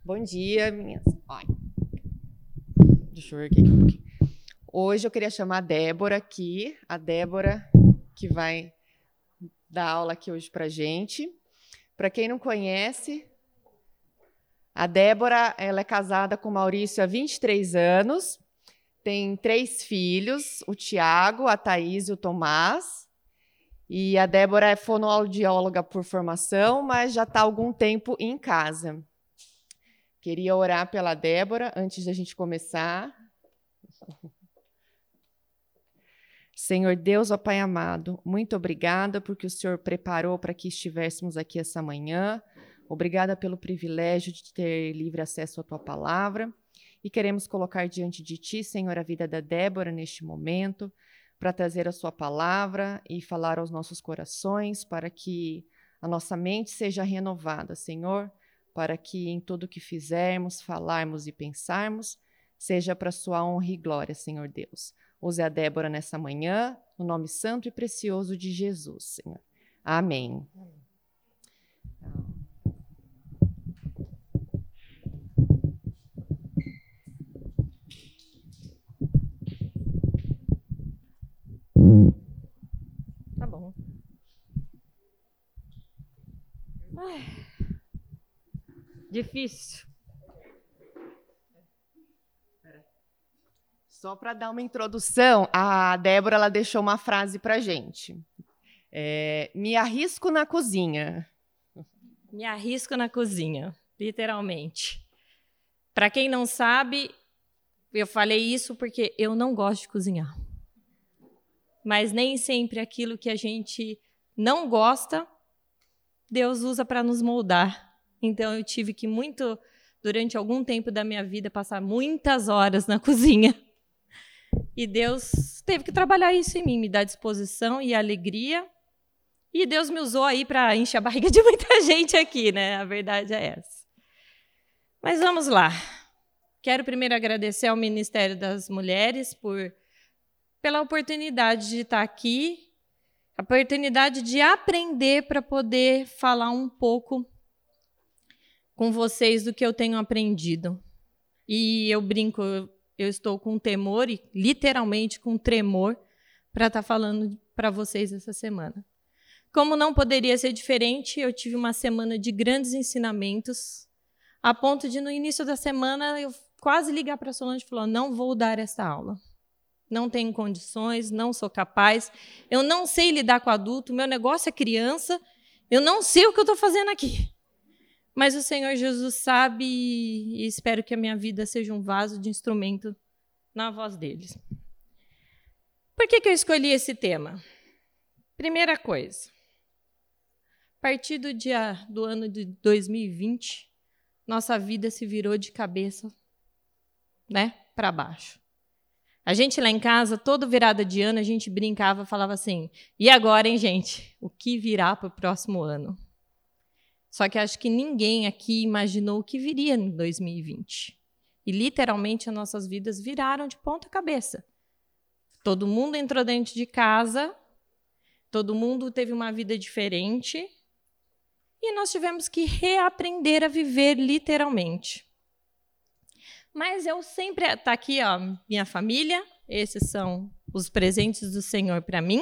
Bom dia, meninas. Ai. Deixa eu ver aqui um pouquinho. Hoje eu queria chamar a Débora aqui, a Débora que vai dar aula aqui hoje pra gente. Para quem não conhece, a Débora, ela é casada com o Maurício há 23 anos, tem 3 filhos, o Tiago, a Thaís e o Tomás. E a Débora é fonoaudióloga por formação, mas já está há algum tempo em casa. Queria orar pela Débora antes da gente começar. Senhor Deus, ó Pai amado, muito obrigada porque o Senhor preparou para que estivéssemos aqui essa manhã. Obrigada pelo privilégio de ter livre acesso à Tua palavra. E queremos colocar diante de Ti, Senhor, a vida da Débora neste momento, para trazer a Sua palavra e falar aos nossos corações, para que a nossa mente seja renovada, Senhor, para que em tudo que fizermos, falarmos e pensarmos, seja para a Sua honra e glória, Senhor Deus. Use a Débora nessa manhã, no nome santo e precioso de Jesus, Senhor. Amém. Tá bom. Ai, difícil. Só para dar uma introdução, a Débora ela deixou uma frase para a gente. Me arrisco na cozinha. Me arrisco na cozinha, literalmente. Para quem não sabe, eu falei isso porque eu não gosto de cozinhar. Mas nem sempre aquilo que a gente não gosta, Deus usa para nos moldar. Então eu tive que durante algum tempo da minha vida, passar muitas horas na cozinha. E Deus teve que trabalhar isso em mim, me dar disposição e alegria. E Deus me usou aí para encher a barriga de muita gente aqui, né? A verdade é essa. Mas vamos lá. Quero primeiro agradecer ao Ministério das Mulheres pela oportunidade de estar aqui, a oportunidade de aprender para poder falar um pouco com vocês do que eu tenho aprendido. E eu brinco, eu estou com temor, e literalmente com tremor, para estar falando para vocês essa semana. Como não poderia ser diferente, eu tive uma semana de grandes ensinamentos, a ponto de, no início da semana, eu quase ligar para a Solange e falar: não vou dar essa aula. Não tenho condições, não sou capaz, eu não sei lidar com adulto, meu negócio é criança, eu não sei o que eu estou fazendo aqui. Mas o Senhor Jesus sabe e espero que a minha vida seja um vaso de instrumento na voz deles. Por que eu escolhi esse tema? Primeira coisa, a partir do ano de 2020, nossa vida se virou de cabeça, né, para baixo. A gente lá em casa, toda virada de ano, a gente brincava, falava assim: e agora, hein, gente? O que virá para o próximo ano? Só que acho que ninguém aqui imaginou o que viria em 2020. E, literalmente, as nossas vidas viraram de ponta cabeça. Todo mundo entrou dentro de casa, todo mundo teve uma vida diferente, e nós tivemos que reaprender a viver, literalmente. Mas eu sempre... Está aqui, ó, minha família, esses são os presentes do Senhor para mim.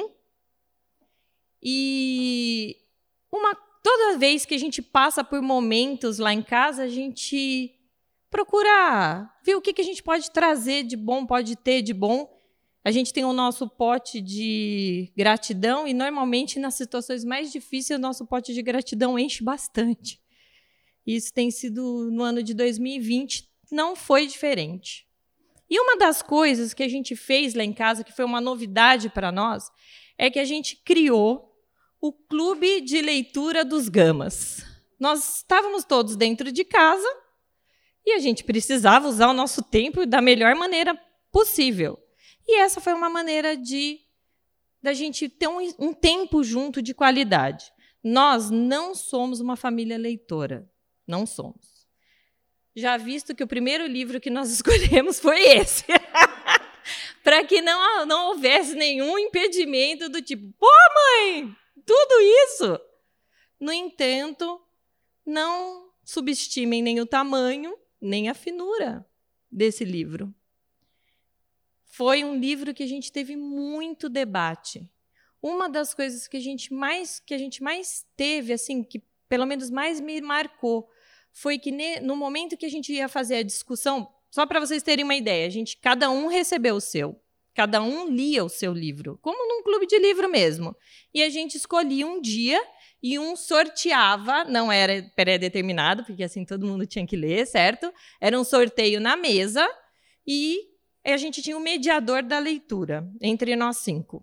E toda vez que a gente passa por momentos lá em casa, a gente procura ver o que a gente pode trazer de bom, pode ter de bom. A gente tem o nosso pote de gratidão e, normalmente, nas situações mais difíceis, o nosso pote de gratidão enche bastante. Isso tem sido no ano de 2020, não foi diferente. E uma das coisas que a gente fez lá em casa, que foi uma novidade para nós, é que a gente criou o Clube de Leitura dos Gamas. Nós estávamos todos dentro de casa e a gente precisava usar o nosso tempo da melhor maneira possível. E essa foi uma maneira da gente ter um tempo junto de qualidade. Nós não somos uma família leitora. Não somos. Já visto que o primeiro livro que nós escolhemos foi esse. Para que não houvesse nenhum impedimento do tipo: pô, mãe, tudo isso? No entanto, não subestimem nem o tamanho, nem a finura desse livro. Foi um livro que a gente teve muito debate. Uma das coisas que a gente mais teve, assim, que pelo menos mais me marcou, foi que no momento que a gente ia fazer a discussão, só para vocês terem uma ideia, cada um recebeu o seu, cada um lia o seu livro, como num clube de livro mesmo. E a gente escolhia um dia e um sorteava, não era pré-determinado, porque assim todo mundo tinha que ler, certo? Era um sorteio na mesa e a gente tinha um mediador da leitura entre nós 5.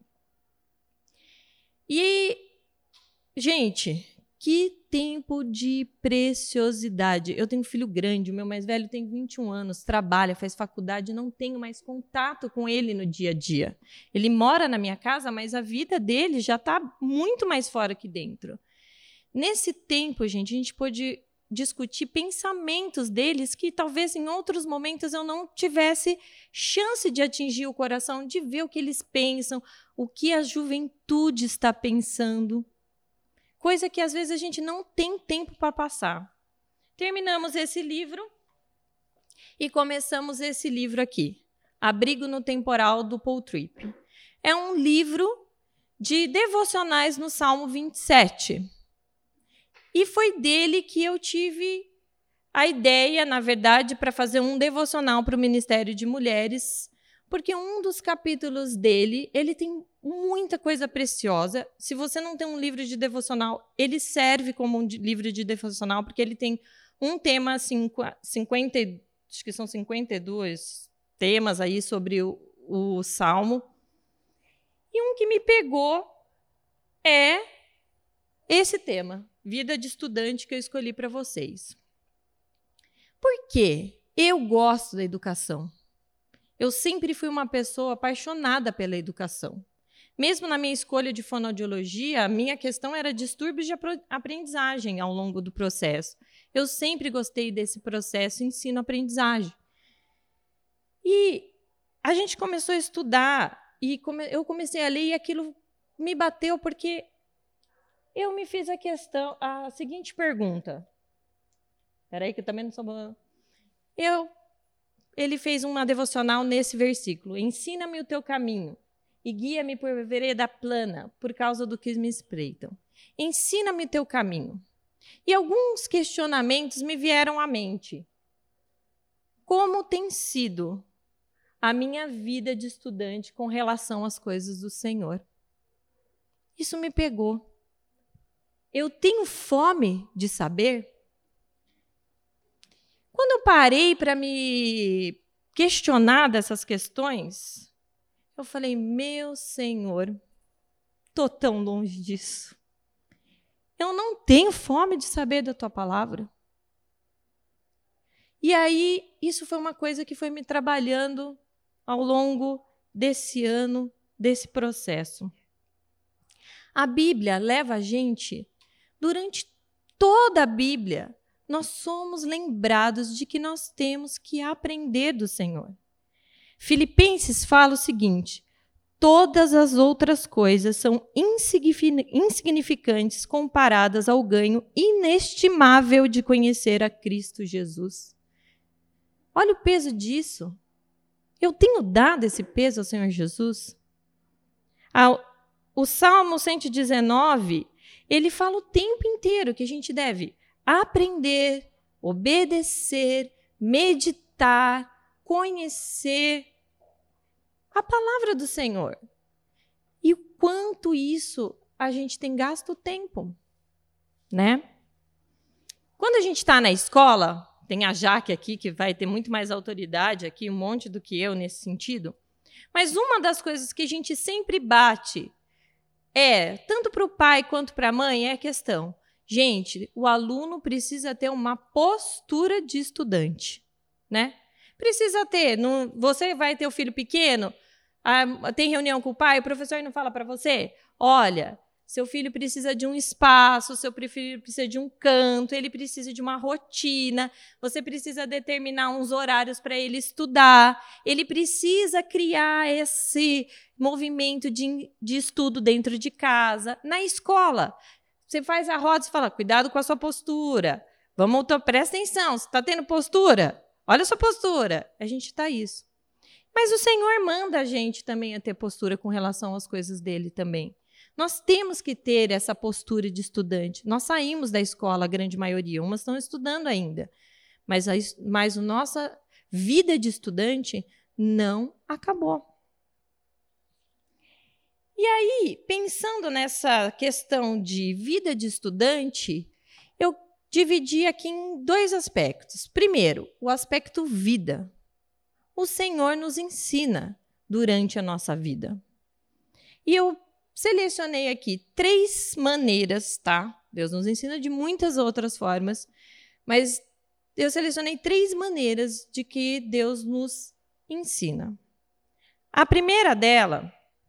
E, gente, que tempo de preciosidade. Eu tenho um filho grande, o meu mais velho tem 21 anos, trabalha, faz faculdade, não tenho mais contato com ele no dia a dia. Ele mora na minha casa, mas a vida dele já está muito mais fora que dentro. Nesse tempo, gente, a gente pôde discutir pensamentos deles que talvez em outros momentos eu não tivesse chance de atingir o coração, de ver o que eles pensam, o que a juventude está pensando. Coisa que às vezes a gente não tem tempo para passar. Terminamos esse livro e começamos esse livro aqui, Abrigo no Temporal, do Paul Tripp. É um livro de devocionais no Salmo 27. E foi dele que eu tive a ideia, na verdade, para fazer um devocional para o Ministério de Mulheres, porque um dos capítulos dele, ele tem muita coisa preciosa. Se você não tem um livro de devocional, ele serve como um livro de devocional, porque ele tem um tema, acho que são 52 temas aí sobre o Salmo. E um que me pegou é esse tema, vida de estudante, que eu escolhi para vocês. Por quê? Eu gosto da educação. Eu sempre fui uma pessoa apaixonada pela educação. Mesmo na minha escolha de fonoaudiologia, a minha questão era distúrbios de aprendizagem ao longo do processo. Eu sempre gostei desse processo ensino-aprendizagem. E a gente começou a estudar, e eu comecei a ler, e aquilo me bateu, porque eu me fiz a seguinte pergunta. Espera aí, que eu também não sou boa. Ele fez uma devocional nesse versículo. Ensina-me o teu caminho e guia-me por vereda plana, por causa do que me espreitam. Ensina-me o teu caminho. E alguns questionamentos me vieram à mente. Como tem sido a minha vida de estudante com relação às coisas do Senhor? Isso me pegou. Eu tenho fome de saber? Quando eu parei para me questionar dessas questões, eu falei, meu Senhor, estou tão longe disso. Eu não tenho fome de saber da tua palavra. E aí, isso foi uma coisa que foi me trabalhando ao longo desse ano, desse processo. A Bíblia leva a gente, durante toda a Bíblia, nós somos lembrados de que nós temos que aprender do Senhor. Filipenses fala o seguinte: todas as outras coisas são insignificantes comparadas ao ganho inestimável de conhecer a Cristo Jesus. Olha o peso disso. Eu tenho dado esse peso ao Senhor Jesus? O Salmo 119, ele fala o tempo inteiro que a gente deve aprender, obedecer, meditar, conhecer a palavra do Senhor. E o quanto isso a gente tem gasto tempo, né? Quando a gente está na escola, tem a Jaque aqui, que vai ter muito mais autoridade aqui, um monte do que eu nesse sentido, mas uma das coisas que a gente sempre bate tanto para o pai quanto para a mãe, é a questão. Gente, o aluno precisa ter uma postura de estudante, né? Precisa ter. Você vai ter o filho pequeno, tem reunião com o pai, o professor não fala para você, olha, seu filho precisa de um espaço, seu filho precisa de um canto, ele precisa de uma rotina, você precisa determinar uns horários para ele estudar, ele precisa criar esse movimento de estudo dentro de casa. Na escola, você faz a roda e fala, cuidado com a sua postura, Presta atenção, você está tendo postura? Olha a sua postura. A gente está isso. Mas o Senhor manda a gente também a ter postura com relação às coisas dele também. Nós temos que ter essa postura de estudante. Nós saímos da escola, a grande maioria, umas estão estudando ainda. Mas a nossa vida de estudante não acabou. E aí, pensando nessa questão de vida de estudante, eu dividi aqui em 2 aspectos. Primeiro, o aspecto vida. O Senhor nos ensina durante a nossa vida. E eu selecionei aqui 3 maneiras, tá? Deus nos ensina de muitas outras formas, mas eu selecionei 3 maneiras de que Deus nos ensina. A primeira dela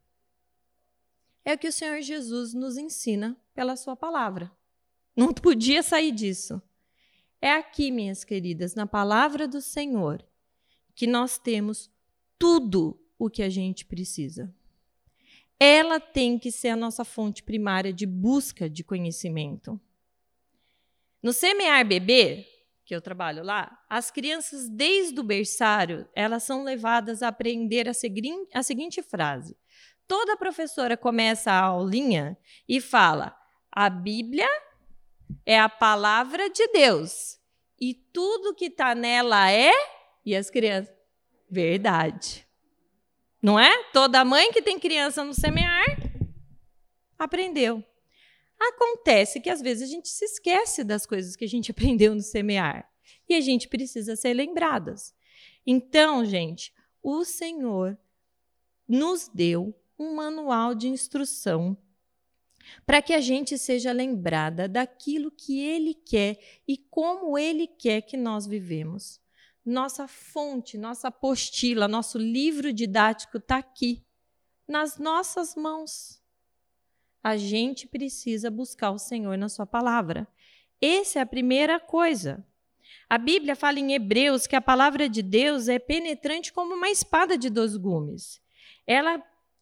é o que o Senhor Jesus nos ensina pela sua palavra. Não podia sair disso. É aqui, minhas queridas, na palavra do Senhor, que nós temos tudo o que a gente precisa. Ela tem que ser a nossa fonte primária de busca de conhecimento. No Semear Bebê, que eu trabalho lá, as crianças, desde o berçário, elas são levadas a aprender a seguinte frase. Toda professora começa a aulinha e fala: a Bíblia é a palavra de Deus e tudo que está nela é... E as crianças? Verdade. Não é? Toda mãe que tem criança no Semear aprendeu. Acontece que às vezes a gente se esquece das coisas que a gente aprendeu no Semear e a gente precisa ser lembradas. Então, gente, o Senhor nos deu um manual de instrução para que a gente seja lembrada daquilo que Ele quer e como Ele quer que nós vivemos. Nossa fonte, nossa apostila, nosso livro didático está aqui, nas nossas mãos. A gente precisa buscar o Senhor na sua palavra. Essa é a primeira coisa. A Bíblia fala em Hebreus que a palavra de Deus é penetrante como uma espada de 2 gumes. Ela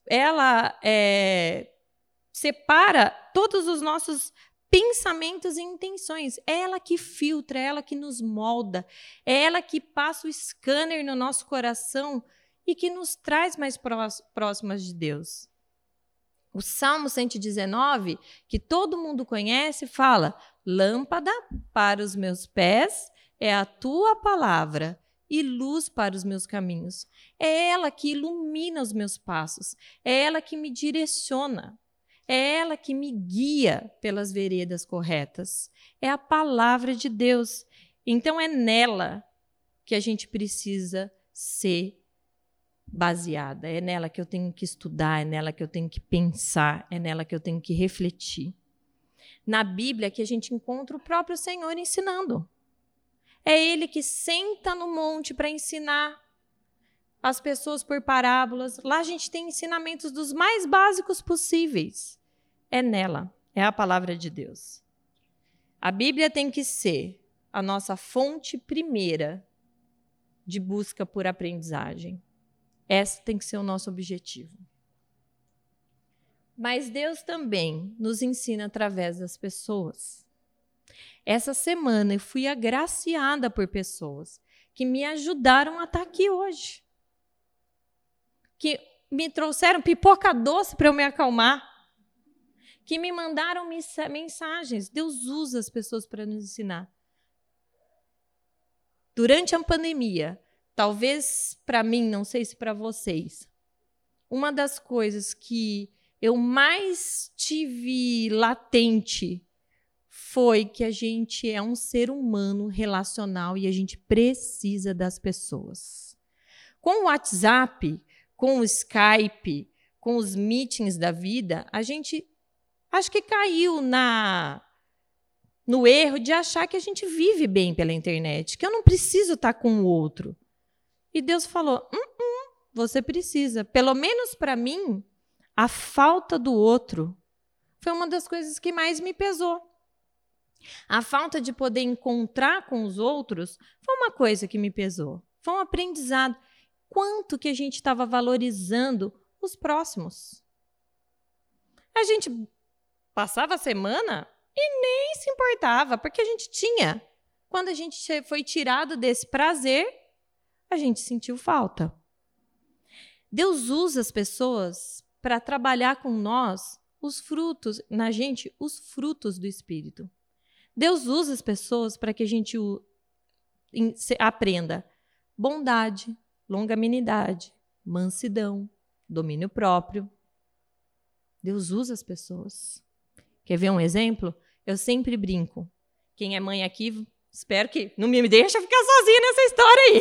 separa todos os nossos pensamentos e intenções. É ela que filtra, é ela que nos molda, é ela que passa o scanner no nosso coração e que nos traz mais próximas de Deus. O Salmo 119, que todo mundo conhece, fala: lâmpada para os meus pés é a tua palavra e luz para os meus caminhos. É ela que ilumina os meus passos, é ela que me direciona, é ela que me guia pelas veredas corretas. É a palavra de Deus. Então é nela que a gente precisa ser baseada, é nela que eu tenho que estudar, é nela que eu tenho que pensar, é nela que eu tenho que refletir. Na Bíblia que a gente encontra o próprio Senhor ensinando. É Ele que senta no monte para ensinar as pessoas por parábolas. Lá a gente tem ensinamentos dos mais básicos possíveis. É nela, é a palavra de Deus. A Bíblia tem que ser a nossa fonte primeira de busca por aprendizagem. Esse tem que ser o nosso objetivo. Mas Deus também nos ensina através das pessoas. Essa semana eu fui agraciada por pessoas que me ajudaram a estar aqui hoje. Que me trouxeram pipoca doce para eu me acalmar. Que me mandaram mensagens. Deus usa as pessoas para nos ensinar. Durante a pandemia, talvez para mim, não sei se para vocês, uma das coisas que eu mais tive latente foi que a gente é um ser humano relacional e a gente precisa das pessoas. Com o WhatsApp, com o Skype, com os meetings da vida, a gente acho que caiu no erro de achar que a gente vive bem pela internet, que eu não preciso estar com o outro. E Deus falou, você precisa. Pelo menos para mim, a falta do outro foi uma das coisas que mais me pesou. A falta de poder encontrar com os outros foi uma coisa que me pesou. Foi um aprendizado. Quanto que a gente estava valorizando os próximos. A gente passava a semana e nem se importava, porque a gente tinha Quando a gente foi tirado desse prazer, a gente sentiu falta. Deus usa as pessoas para trabalhar com nós os frutos do Espírito. Deus usa as pessoas para que a gente aprenda bondade, longanimidade, mansidão, domínio próprio. Deus usa as pessoas. Quer ver um exemplo? Eu sempre brinco. Quem é mãe aqui, espero que não me deixa ficar sozinha nessa história aí.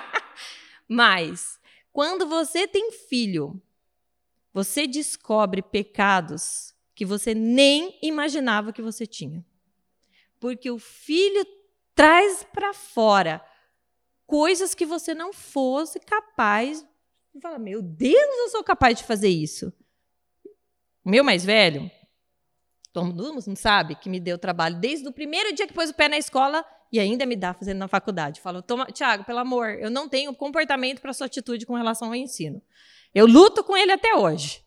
Mas, quando você tem filho, você descobre pecados que você nem imaginava que você tinha. Porque o filho traz para fora coisas que você não fosse capaz de falar, meu Deus, eu sou capaz de fazer isso. O meu mais velho, todo mundo não sabe que me deu trabalho desde o primeiro dia que pôs o pé na escola e ainda me dá fazendo na faculdade. Falo, Tiago, pelo amor, eu não tenho comportamento para sua atitude com relação ao ensino. Eu luto com ele até hoje.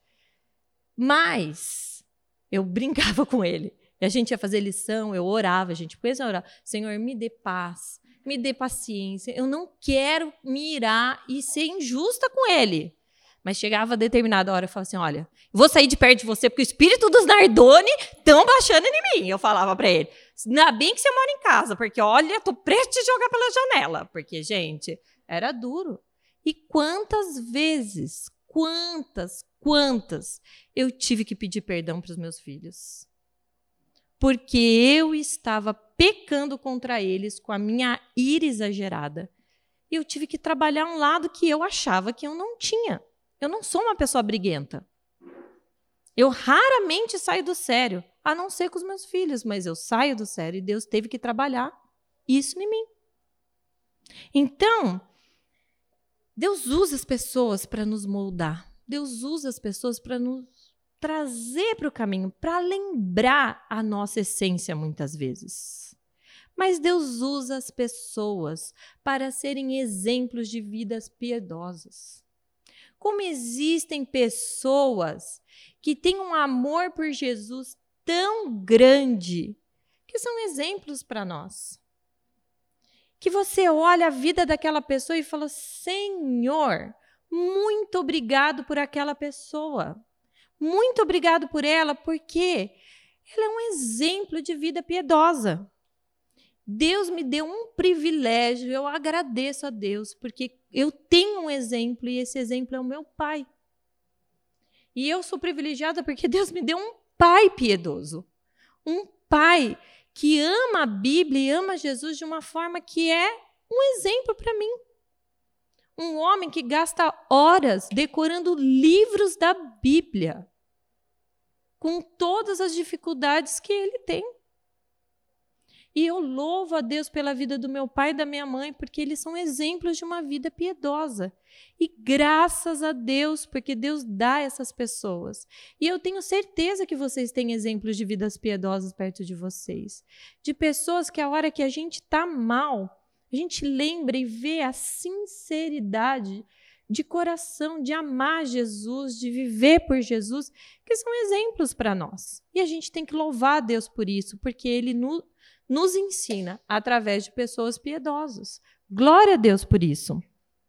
Mas eu brincava com ele. E a gente ia fazer lição, eu orava, a gente começou a orar. Senhor, me dê paz, me dê paciência. Eu não quero me irar e ser injusta com ele. Mas chegava a determinada hora, eu falava assim, olha, vou sair de perto de você porque o espírito dos Nardoni estão baixando em mim. Eu falava para ele, ainda bem que você mora em casa, porque olha, estou prestes a jogar pela janela. Porque, gente, era duro. E quantas vezes, quantas eu tive que pedir perdão para os meus filhos. Porque eu estava pecando contra eles com a minha ira exagerada. E eu tive que trabalhar um lado que eu achava que eu não tinha. Eu não sou uma pessoa briguenta. Eu raramente saio do sério, a não ser com os meus filhos, mas eu saio do sério e Deus teve que trabalhar isso em mim. Então, Deus usa as pessoas para nos moldar. Deus usa as pessoas para nos trazer para o caminho, para lembrar a nossa essência muitas vezes. Mas Deus usa as pessoas para serem exemplos de vidas piedosas. Como existem pessoas que têm um amor por Jesus tão grande, que são exemplos para nós. Que você olha a vida daquela pessoa e fala, Senhor, muito obrigado por aquela pessoa. Muito obrigado por ela, porque ela é um exemplo de vida piedosa. Deus me deu um privilégio, eu agradeço a Deus, porque eu tenho um exemplo e esse exemplo é o meu pai. E eu sou privilegiada porque Deus me deu um pai piedoso. Um pai que ama a Bíblia e ama Jesus de uma forma que é um exemplo para mim. Um homem que gasta horas decorando livros da Bíblia, com todas as dificuldades que ele tem. E eu louvo a Deus pela vida do meu pai e da minha mãe, porque eles são exemplos de uma vida piedosa. E graças a Deus, porque Deus dá essas pessoas. E eu tenho certeza que vocês têm exemplos de vidas piedosas perto de vocês. De pessoas que a hora que a gente está mal, a gente lembra e vê a sinceridade de coração, de amar Jesus, de viver por Jesus, que são exemplos para nós. E a gente tem que louvar a Deus por isso, porque Ele nos ensina através de pessoas piedosas. Glória a Deus por isso.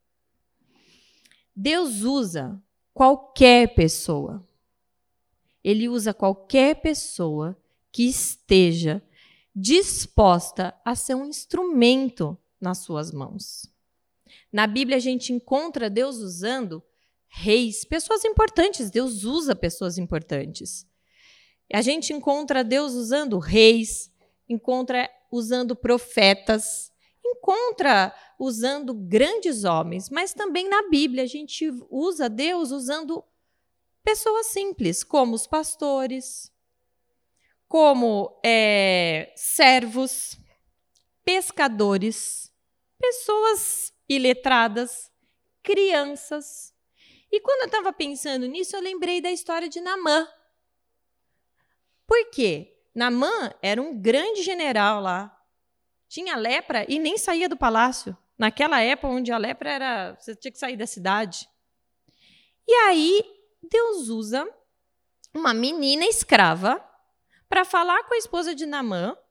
Deus usa qualquer pessoa. Ele usa qualquer pessoa que esteja disposta a ser um instrumento nas suas mãos. Na Bíblia a gente encontra Deus usando reis, pessoas importantes. Deus usa pessoas importantes. A gente encontra Deus usando reis, encontra usando profetas, encontra usando grandes homens, mas também na Bíblia a gente usa Deus usando pessoas simples, como os pastores, como servos, pescadores, pessoas iletradas, crianças. E quando eu estava pensando nisso, eu lembrei da história de Naamã. Por quê? Naamã era um grande general lá. Tinha lepra e nem saía do palácio. Naquela época, onde a lepra era... Você tinha que sair da cidade. E aí, Deus usa uma menina escrava para falar com a esposa de Naamã,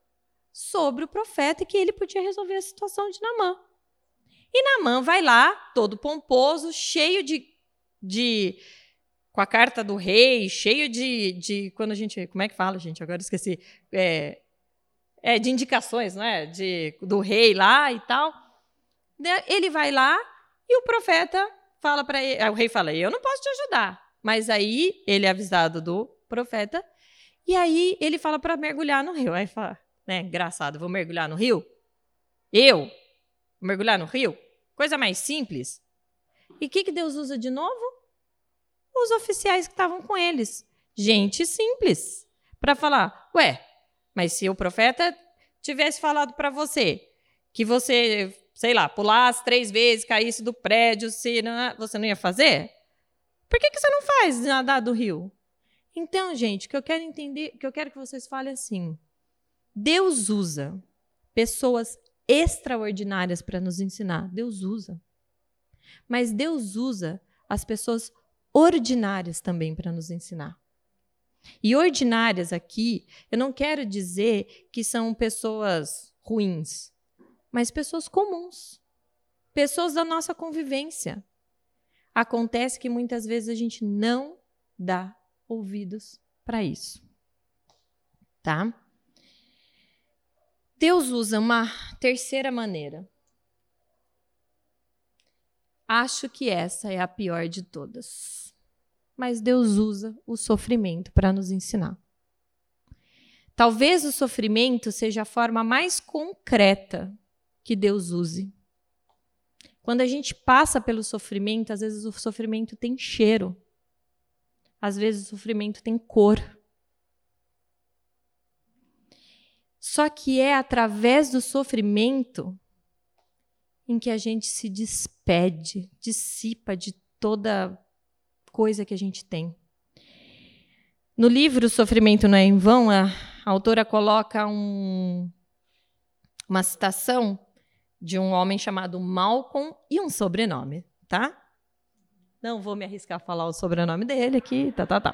sobre o profeta e que ele podia resolver a situação de Naamã. E Naamã vai lá, todo pomposo, cheio com a carta do rei, cheio de quando a gente, como é que fala, gente? Agora esqueci. De indicações, não é? Do rei lá e tal. Ele vai lá e o profeta fala para ele, o rei fala, eu não posso te ajudar. Mas aí ele é avisado do profeta e aí ele fala para mergulhar no rio. Aí fala, né, engraçado, vou mergulhar no rio? Eu? Vou mergulhar no rio? Coisa mais simples. E o que Deus usa de novo? Os oficiais que estavam com eles. Gente simples. Para falar, mas se o profeta tivesse falado para você que você, sei lá, pulasse 3 vezes, caísse do prédio, você não ia fazer? Por que você não faz nadar do rio? Então, gente, o que eu quero entender, o que eu quero que vocês falem assim, Deus usa pessoas extraordinárias para nos ensinar. Deus usa. Mas Deus usa as pessoas ordinárias também para nos ensinar. E ordinárias aqui, eu não quero dizer que são pessoas ruins, mas pessoas comuns, pessoas da nossa convivência. Acontece que muitas vezes a gente não dá ouvidos para isso. Tá? Deus usa uma terceira maneira. Acho que essa é a pior de todas. Mas Deus usa o sofrimento para nos ensinar. Talvez o sofrimento seja a forma mais concreta que Deus use. Quando a gente passa pelo sofrimento, às vezes o sofrimento tem cheiro. Às vezes o sofrimento tem cor. Só que é através do sofrimento em que a gente se despede, dissipa de toda coisa que a gente tem. No livro O Sofrimento Não é em Vão, a autora coloca uma citação de um homem chamado Malcolm e um sobrenome, tá? Não vou me arriscar a falar o sobrenome dele aqui,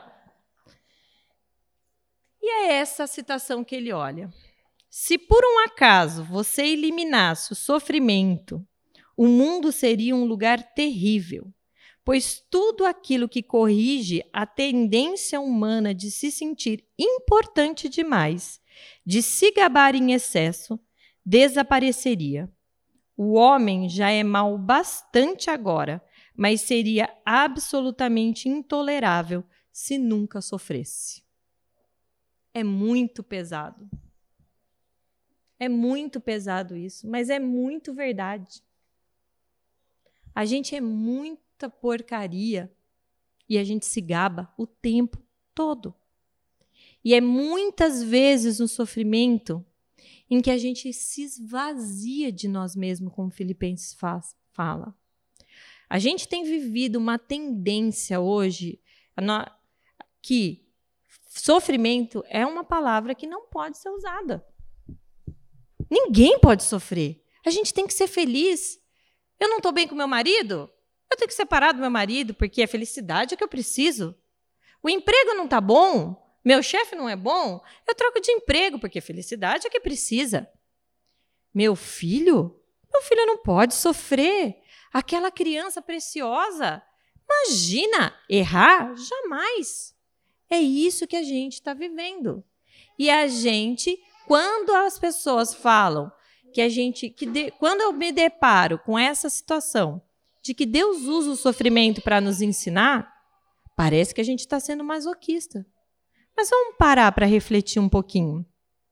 E é essa a citação que ele olha. Se por um acaso você eliminasse o sofrimento, o mundo seria um lugar terrível, pois tudo aquilo que corrige a tendência humana de se sentir importante demais, de se gabar em excesso, desapareceria. O homem já é mau bastante agora, mas seria absolutamente intolerável se nunca sofresse. É muito pesado. É muito pesado isso, mas é muito verdade. A gente é muita porcaria e a gente se gaba o tempo todo. E é muitas vezes no sofrimento em que a gente se esvazia de nós mesmos, como Filipenses fala. A gente tem vivido uma tendência hoje que sofrimento é uma palavra que não pode ser usada. Ninguém pode sofrer. A gente tem que ser feliz. Eu não estou bem com meu marido? Eu tenho que separar do meu marido, porque a felicidade é que eu preciso. O emprego não está bom? Meu chefe não é bom? Eu troco de emprego, porque a felicidade é que precisa. Meu filho não pode sofrer. Aquela criança preciosa. Imagina, errar? Jamais. É isso que a gente está vivendo. E a gente, quando as pessoas falam quando eu me deparo com essa situação de que Deus usa o sofrimento para nos ensinar, parece que a gente está sendo masoquista. Mas vamos parar para refletir um pouquinho.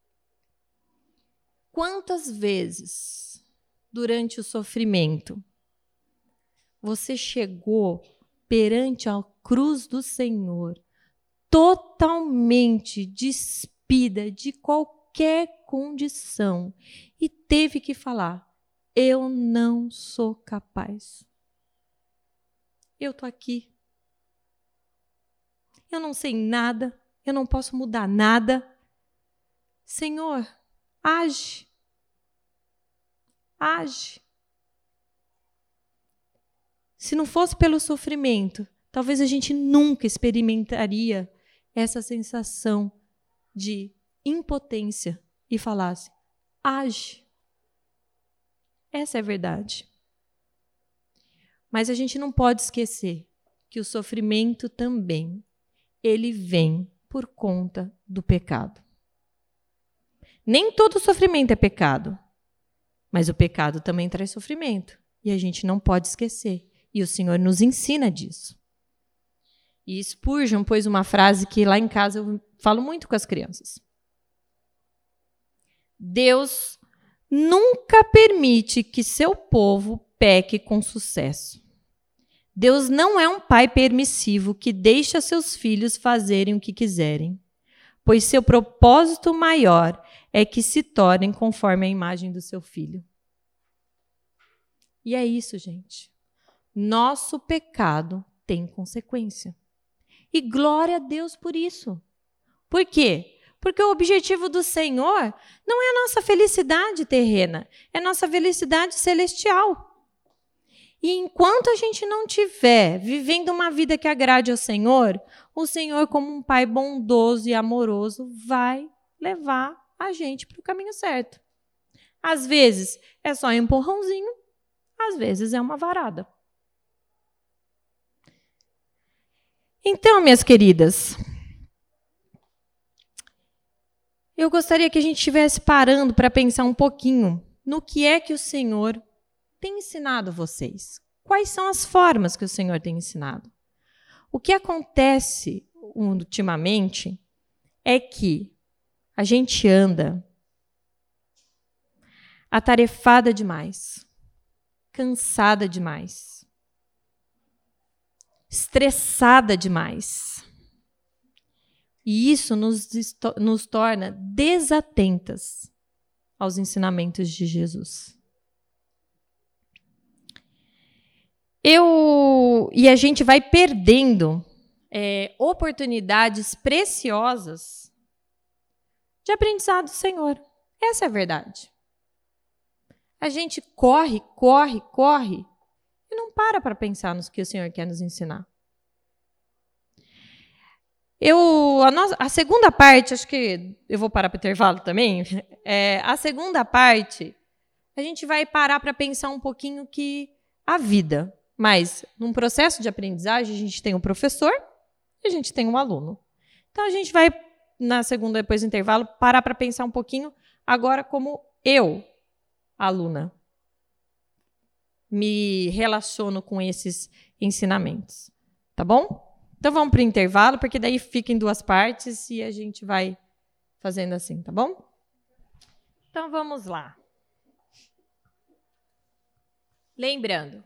Quantas vezes, durante o sofrimento, você chegou perante a cruz do Senhor, totalmente despida de qualquer condição, e teve que falar, eu não sou capaz. Eu estou aqui. Eu não sei nada, eu não posso mudar nada. Senhor, age. Age. Se não fosse pelo sofrimento, talvez a gente nunca experimentaria essa sensação de impotência e falasse, age. Essa é a verdade. Mas a gente não pode esquecer que o sofrimento também, ele vem por conta do pecado. Nem todo sofrimento é pecado, mas o pecado também traz sofrimento. E a gente não pode esquecer. E o Senhor nos ensina disso. E Spurgeon pôs uma frase que lá em casa eu falo muito com as crianças. Deus nunca permite que seu povo peque com sucesso. Deus não é um pai permissivo que deixa seus filhos fazerem o que quiserem, pois seu propósito maior é que se tornem conforme a imagem do seu filho. E é isso, gente. Nosso pecado tem consequência. E glória a Deus por isso. Por quê? Porque o objetivo do Senhor não é a nossa felicidade terrena, é a nossa felicidade celestial. E enquanto a gente não estiver vivendo uma vida que agrade ao Senhor, o Senhor, como um pai bondoso e amoroso, vai levar a gente para o caminho certo. Às vezes é só um empurrãozinho, às vezes é uma varada. Então, minhas queridas, eu gostaria que a gente estivesse parando para pensar um pouquinho no que é que o Senhor tem ensinado vocês. Quais são as formas que o Senhor tem ensinado? O que acontece ultimamente é que a gente anda atarefada demais, cansada demais, estressada demais. E isso nos torna desatentas aos ensinamentos de Jesus. E a gente vai perdendo oportunidades preciosas de aprendizado do Senhor. Essa é a verdade. A gente corre e não para pensar no que o Senhor quer nos ensinar. A segunda parte, acho que eu vou parar para o intervalo também. A segunda parte, a gente vai parar para pensar um pouquinho que a vida. Mas, num processo de aprendizagem, a gente tem um professor e a gente tem um aluno. Então, a gente vai, na segunda, depois do intervalo, parar para pensar um pouquinho agora como eu, aluna, me relaciono com esses ensinamentos. Tá bom? Então, vamos para o intervalo, porque daí fica em duas partes e a gente vai fazendo assim, tá bom? Então, vamos lá. Lembrando,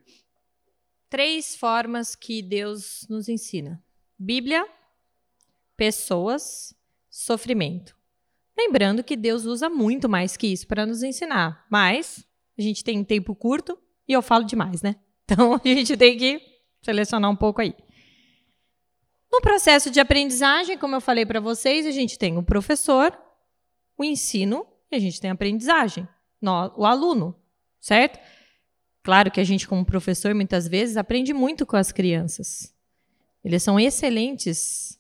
3 formas que Deus nos ensina: Bíblia, pessoas, sofrimento. Lembrando que Deus usa muito mais que isso para nos ensinar, mas a gente tem um tempo curto e eu falo demais, né? Então, a gente tem que selecionar um pouco aí. No processo de aprendizagem, como eu falei para vocês, a gente tem o professor, o ensino e a gente tem a aprendizagem, o aluno, certo? Claro que a gente, como professor, muitas vezes aprende muito com as crianças. Eles são excelentes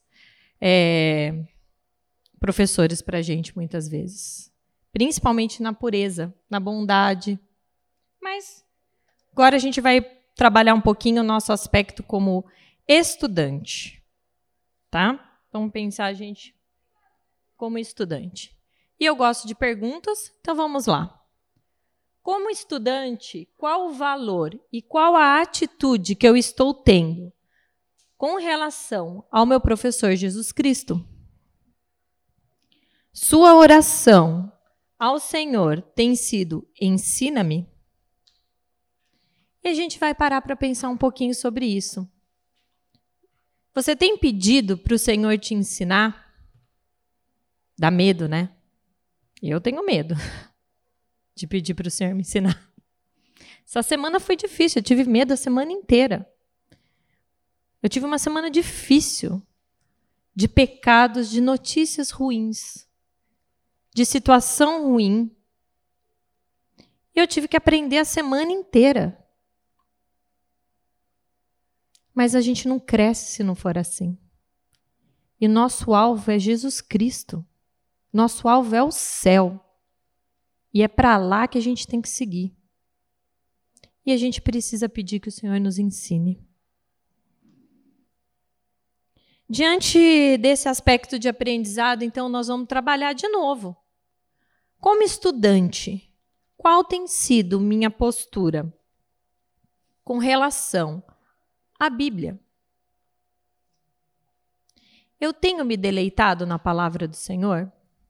professores para a gente, muitas vezes. Principalmente na pureza, na bondade. Mas agora a gente vai trabalhar um pouquinho o nosso aspecto como estudante. Tá? Vamos pensar a gente como estudante. E eu gosto de perguntas, então vamos lá. Como estudante, qual o valor e qual a atitude que eu estou tendo com relação ao meu professor Jesus Cristo? Sua oração ao Senhor tem sido ensina-me? E a gente vai parar para pensar um pouquinho sobre isso. Você tem pedido para o Senhor te ensinar? Dá medo, né? Eu tenho medo de pedir para o Senhor me ensinar. Essa semana foi difícil, eu tive medo a semana inteira. Eu tive uma semana difícil, de pecados, de notícias ruins, de situação ruim. E eu tive que aprender a semana inteira. Mas a gente não cresce se não for assim. E nosso alvo é Jesus Cristo. Nosso alvo é o céu. E é para lá que a gente tem que seguir. E a gente precisa pedir que o Senhor nos ensine. Diante desse aspecto de aprendizado, então, nós vamos trabalhar de novo. Como estudante, qual tem sido minha postura com relação à Bíblia? Eu tenho me deleitado na palavra do Senhor?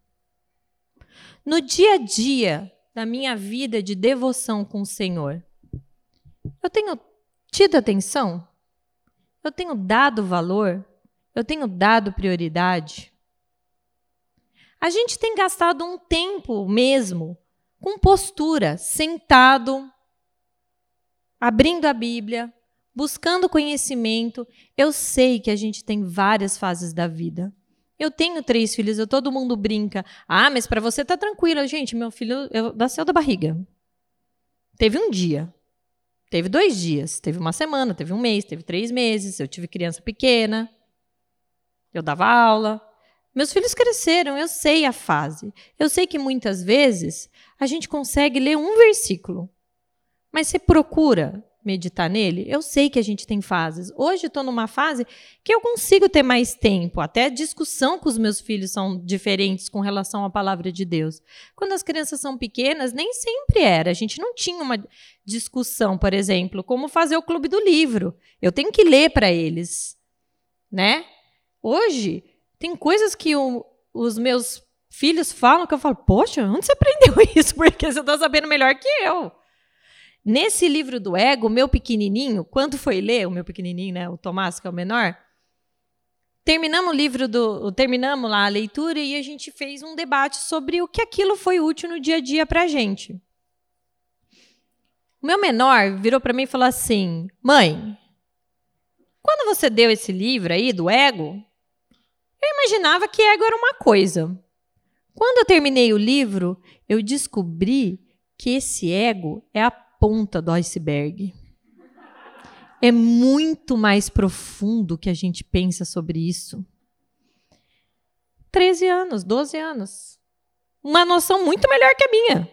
No dia a dia da minha vida de devoção com o Senhor, eu tenho tido atenção? Eu tenho dado valor? Eu tenho dado prioridade? A gente tem gastado um tempo mesmo com postura, sentado, abrindo a Bíblia, buscando conhecimento. Eu sei que a gente tem várias fases da vida. Eu tenho 3 filhos, todo mundo brinca. Ah, mas para você tá tranquilo. Gente, meu filho nasceu da barriga. Teve um dia, teve 2 dias, teve uma semana, teve um mês, teve 3 meses. Eu tive criança pequena. Eu dava aula. Meus filhos cresceram, eu sei a fase. Eu sei que muitas vezes a gente consegue ler um versículo, mas você procura meditar nele? Eu sei que a gente tem fases. Hoje estou numa fase que eu consigo ter mais tempo. Até a discussão com os meus filhos são diferentes com relação à palavra de Deus. Quando as crianças são pequenas, nem sempre era. A gente não tinha uma discussão, por exemplo, como fazer o clube do livro. Eu tenho que ler para eles, né? Hoje, tem coisas que os meus filhos falam que eu falo, poxa, onde você aprendeu isso? Porque você está sabendo melhor que eu. Nesse livro do ego, o meu pequenininho, quando foi ler, o meu pequenininho, né, o Tomás, que é o menor, terminamos lá a leitura e a gente fez um debate sobre o que aquilo foi útil no dia a dia para a gente. O meu menor virou para mim e falou assim, mãe, quando você deu esse livro aí do ego, eu imaginava que ego era uma coisa. Quando eu terminei o livro, eu descobri que esse ego é a ponta do iceberg. É muito mais profundo que a gente pensa sobre isso. 13 anos, 12 anos. Uma noção muito melhor que a minha.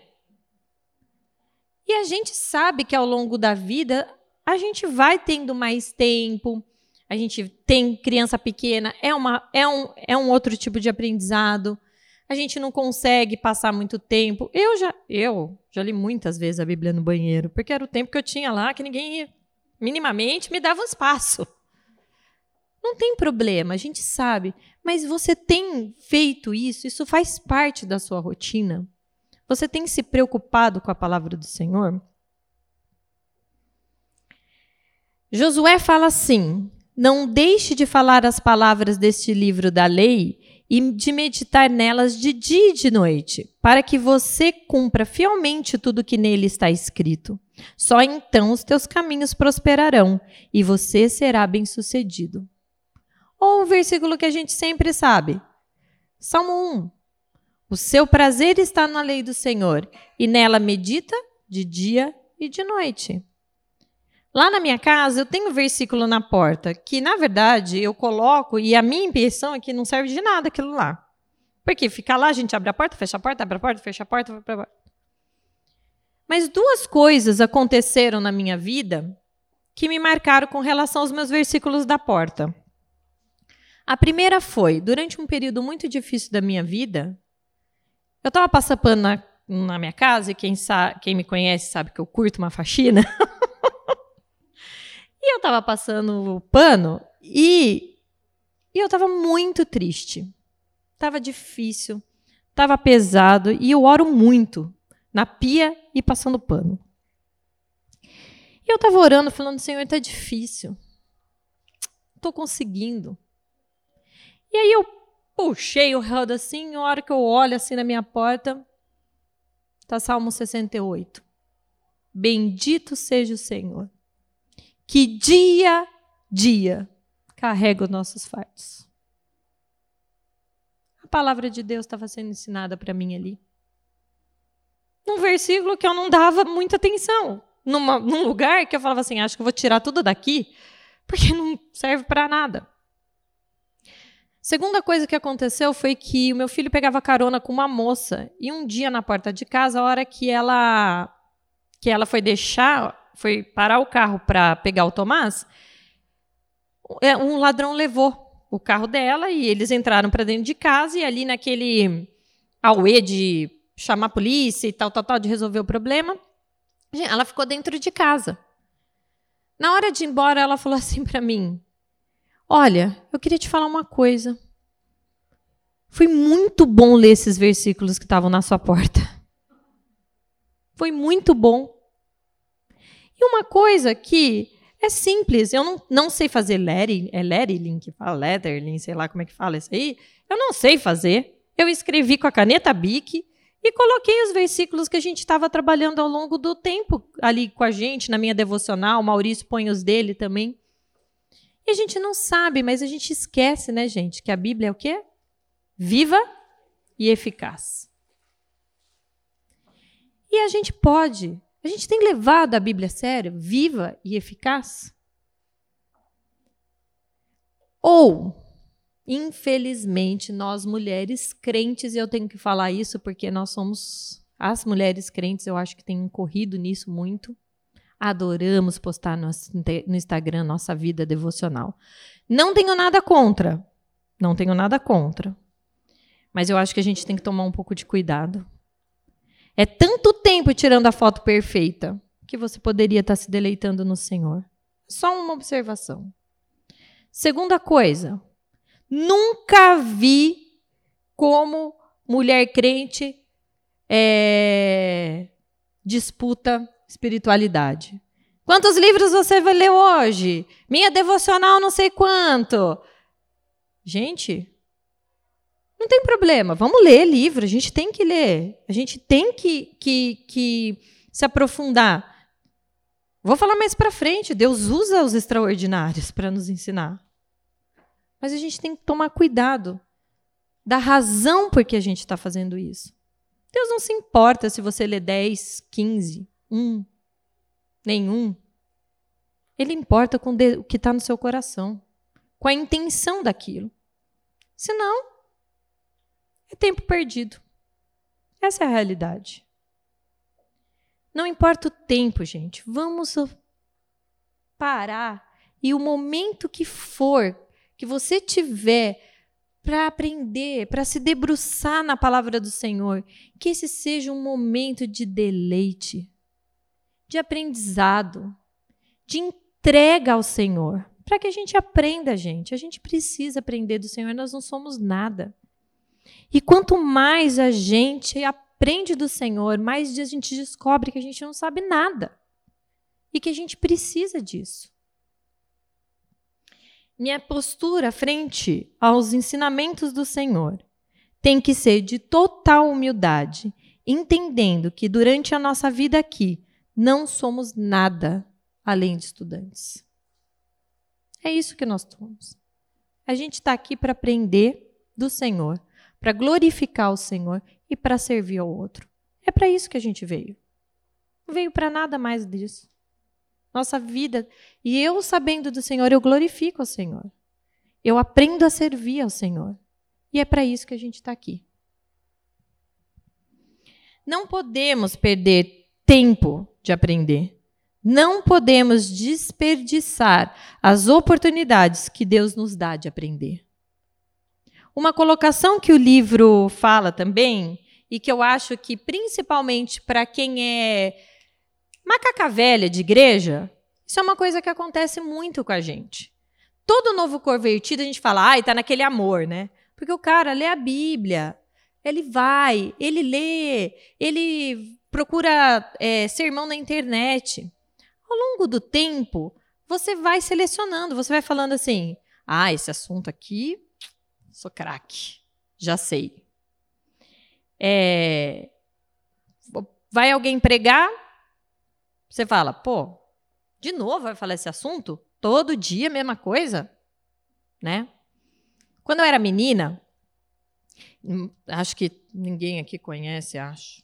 E a gente sabe que ao longo da vida, a gente vai tendo mais tempo. A gente tem criança pequena, é um outro tipo de aprendizado. A gente não consegue passar muito tempo. Eu já li muitas vezes a Bíblia no banheiro, porque era o tempo que eu tinha lá, que ninguém minimamente me dava um espaço. Não tem problema, a gente sabe. Mas você tem feito isso? Isso faz parte da sua rotina? Você tem se preocupado com a palavra do Senhor? Josué fala assim, não deixe de falar as palavras deste livro da lei e de meditar nelas de dia e de noite, para que você cumpra fielmente tudo que nele está escrito. Só então os teus caminhos prosperarão e você será bem-sucedido. Ou o versículo que a gente sempre sabe. Salmo 1. O seu prazer está na lei do Senhor e nela medita de dia e de noite. Lá na minha casa, eu tenho um versículo na porta, que, na verdade, eu coloco, e a minha impressão é que não serve de nada aquilo lá. Porque fica lá, a gente abre a porta, fecha a porta, abre a porta, fecha a porta, abre a porta. Mas 2 coisas aconteceram na minha vida que me marcaram com relação aos meus versículos da porta. A primeira foi, durante um período muito difícil da minha vida, eu estava passando pano na minha casa, e quem me conhece sabe que eu curto uma faxina. E eu estava passando o pano e eu estava muito triste. Estava difícil, estava pesado e eu oro muito na pia e passando pano. E eu estava orando, falando, Senhor, está difícil. Estou conseguindo. E aí eu puxei o rodo assim, a hora que eu olho assim na minha porta, está Salmo 68. Bendito seja o Senhor, que dia a dia carrega os nossos fardos. A palavra de Deus estava sendo ensinada para mim ali. Num versículo que eu não dava muita atenção. Num lugar que eu falava assim, acho que eu vou tirar tudo daqui, porque não serve para nada. Segunda coisa que aconteceu foi que o meu filho pegava carona com uma moça e um dia na porta de casa, a hora que ela foi parar o carro para pegar o Tomás, um ladrão levou o carro dela e eles entraram para dentro de casa e ali naquele auê de chamar a polícia e tal, de resolver o problema, ela ficou dentro de casa. Na hora de ir embora, ela falou assim para mim: olha, eu queria te falar uma coisa. Foi muito bom ler esses versículos que estavam na sua porta. Foi muito bom. E uma coisa que é simples, eu não sei fazer lettering, que fala lettering, sei lá como é que fala isso aí. Eu não sei fazer. Eu escrevi com a caneta Bic e coloquei os versículos que a gente estava trabalhando ao longo do tempo ali com a gente, na minha devocional. O Maurício põe os dele também. E a gente não sabe, mas a gente esquece, né, gente, que a Bíblia é o quê? Viva e eficaz. E a gente tem levado a Bíblia a sério, viva e eficaz? Ou, infelizmente, nós mulheres crentes, e eu tenho que falar isso porque nós somos as mulheres crentes, eu acho que tem incorrido nisso muito, adoramos postar no Instagram nossa vida devocional. Não tenho nada contra, mas eu acho que a gente tem que tomar um pouco de cuidado. É tanto tempo tirando a foto perfeita que você poderia estar se deleitando no Senhor. Só uma observação. Segunda coisa, nunca vi como mulher crente disputa espiritualidade. Quantos livros você vai ler hoje? Minha devocional não sei quanto. Gente, não tem problema, vamos ler livro, a gente tem que ler, a gente tem que se aprofundar. Vou falar mais para frente, Deus usa os extraordinários para nos ensinar. Mas a gente tem que tomar cuidado da razão por que a gente está fazendo isso. Deus não se importa se você lê 10, 15, 1, nenhum. Ele importa com o que está no seu coração, com a intenção daquilo. Senão, é tempo perdido. Essa é a realidade. Não importa o tempo, gente. Vamos parar e o momento que for, que você tiver para aprender, para se debruçar na palavra do Senhor, que esse seja um momento de deleite, de aprendizado, de entrega ao Senhor, para que a gente aprenda, gente. A gente precisa aprender do Senhor, nós não somos nada. E quanto mais a gente aprende do Senhor, mais a gente descobre que a gente não sabe nada e que a gente precisa disso. Minha postura frente aos ensinamentos do Senhor tem que ser de total humildade, entendendo que durante a nossa vida aqui não somos nada além de estudantes. É isso que nós somos. A gente está aqui para aprender do Senhor, para glorificar o Senhor e para servir ao outro. É para isso que a gente veio. Não veio para nada mais disso. Nossa vida, e eu sabendo do Senhor, eu glorifico ao Senhor. Eu aprendo a servir ao Senhor. E é para isso que a gente está aqui. Não podemos perder tempo de aprender. Não podemos desperdiçar as oportunidades que Deus nos dá de aprender. Uma colocação que o livro fala também, e que eu acho que principalmente para quem é macaca velha de igreja, isso é uma coisa que acontece muito com a gente. Todo novo convertido a gente fala, está naquele amor, né? Porque o cara lê a Bíblia, ele vai, ele lê, ele procura sermão na internet. Ao longo do tempo, você vai selecionando, você vai falando assim, esse assunto aqui, sou craque, já sei. Vai alguém pregar, você fala, de novo vai falar esse assunto? Todo dia a mesma coisa? Né? Quando eu era menina, acho que ninguém aqui conhece, acho.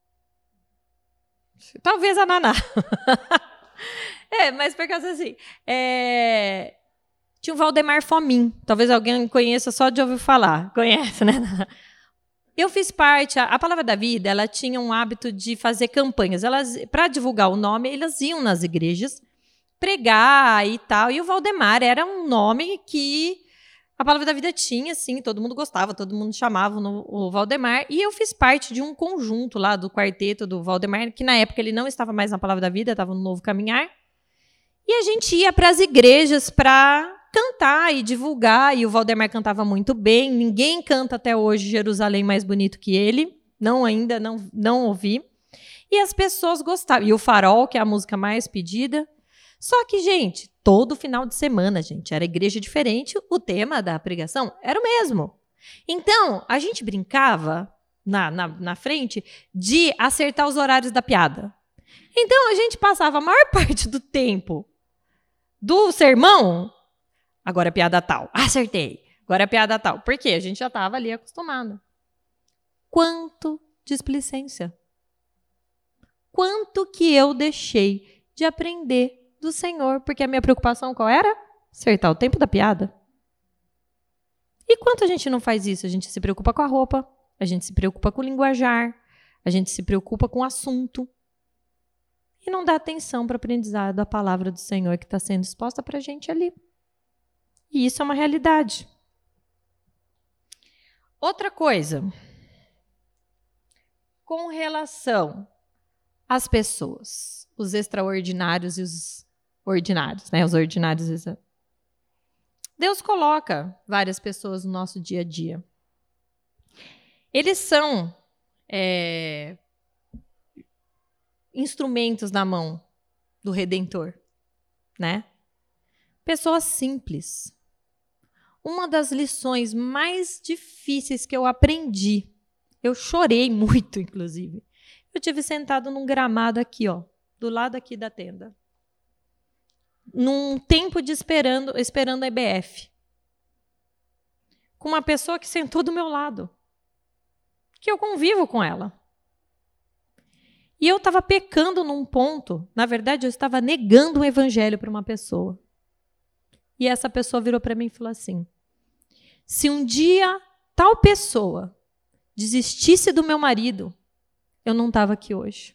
Talvez a Naná. Mas por causa assim, Tinha o Valdemar Fomin. Talvez alguém conheça só de ouvir falar. Conhece, né? Eu fiz parte, a Palavra da Vida, ela tinha um hábito de fazer campanhas. Para divulgar o nome, elas iam nas igrejas pregar e tal. E o Valdemar era um nome que a Palavra da Vida tinha, sim, todo mundo gostava, todo mundo chamava o Valdemar. E eu fiz parte de um conjunto lá do quarteto do Valdemar, que na época ele não estava mais na Palavra da Vida, estava no Novo Caminhar. E a gente ia para as igrejas para cantar e divulgar, e o Valdemar cantava muito bem. Ninguém canta até hoje Jerusalém mais bonito que ele. Não ouvi. E as pessoas gostavam. E o Farol, que é a música mais pedida. Só que, gente, todo final de semana, gente, era igreja diferente, o tema da pregação era o mesmo. Então, a gente brincava na frente de acertar os horários da piada. Então, a gente passava a maior parte do tempo do sermão. Agora é piada tal. Acertei. Agora é piada tal. Por quê? A gente já estava ali acostumado. Quanto displicência. Quanto que eu deixei de aprender do Senhor. Porque a minha preocupação qual era? Acertar o tempo da piada. E quanto a gente não faz isso? A gente se preocupa com a roupa. A gente se preocupa com o linguajar. A gente se preocupa com o assunto. E não dá atenção para o aprendizado da palavra do Senhor que está sendo exposta para a gente ali. E isso é uma realidade. Outra coisa, com relação às pessoas, os extraordinários e os ordinários, né? Os ordinários. Deus coloca várias pessoas no nosso dia a dia. Eles são instrumentos na mão do Redentor, né? Pessoas simples. Uma das lições mais difíceis que eu aprendi, eu chorei muito, inclusive. Eu tive sentado num gramado aqui, ó, do lado aqui da tenda. Num tempo de esperando a EBF. Com uma pessoa que sentou do meu lado. Que eu convivo com ela. E eu estava pecando num ponto, na verdade eu estava negando o evangelho para uma pessoa. E essa pessoa virou para mim e falou assim: se um dia tal pessoa desistisse do meu marido, eu não estava aqui hoje.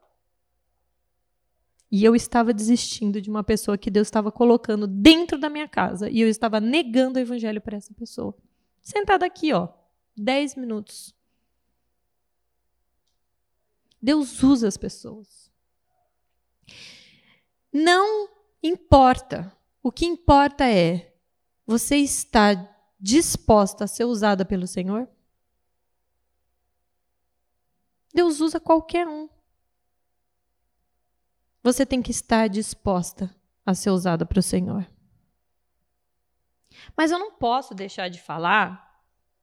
E eu estava desistindo de uma pessoa que Deus estava colocando dentro da minha casa. E eu estava negando o evangelho para essa pessoa. Sentada aqui, ó, 10 minutos. Deus usa as pessoas. Não importa. O que importa é, você está disposta a ser usada pelo Senhor? Deus usa qualquer um. Você tem que estar disposta a ser usada para o Senhor. Mas eu não posso deixar de falar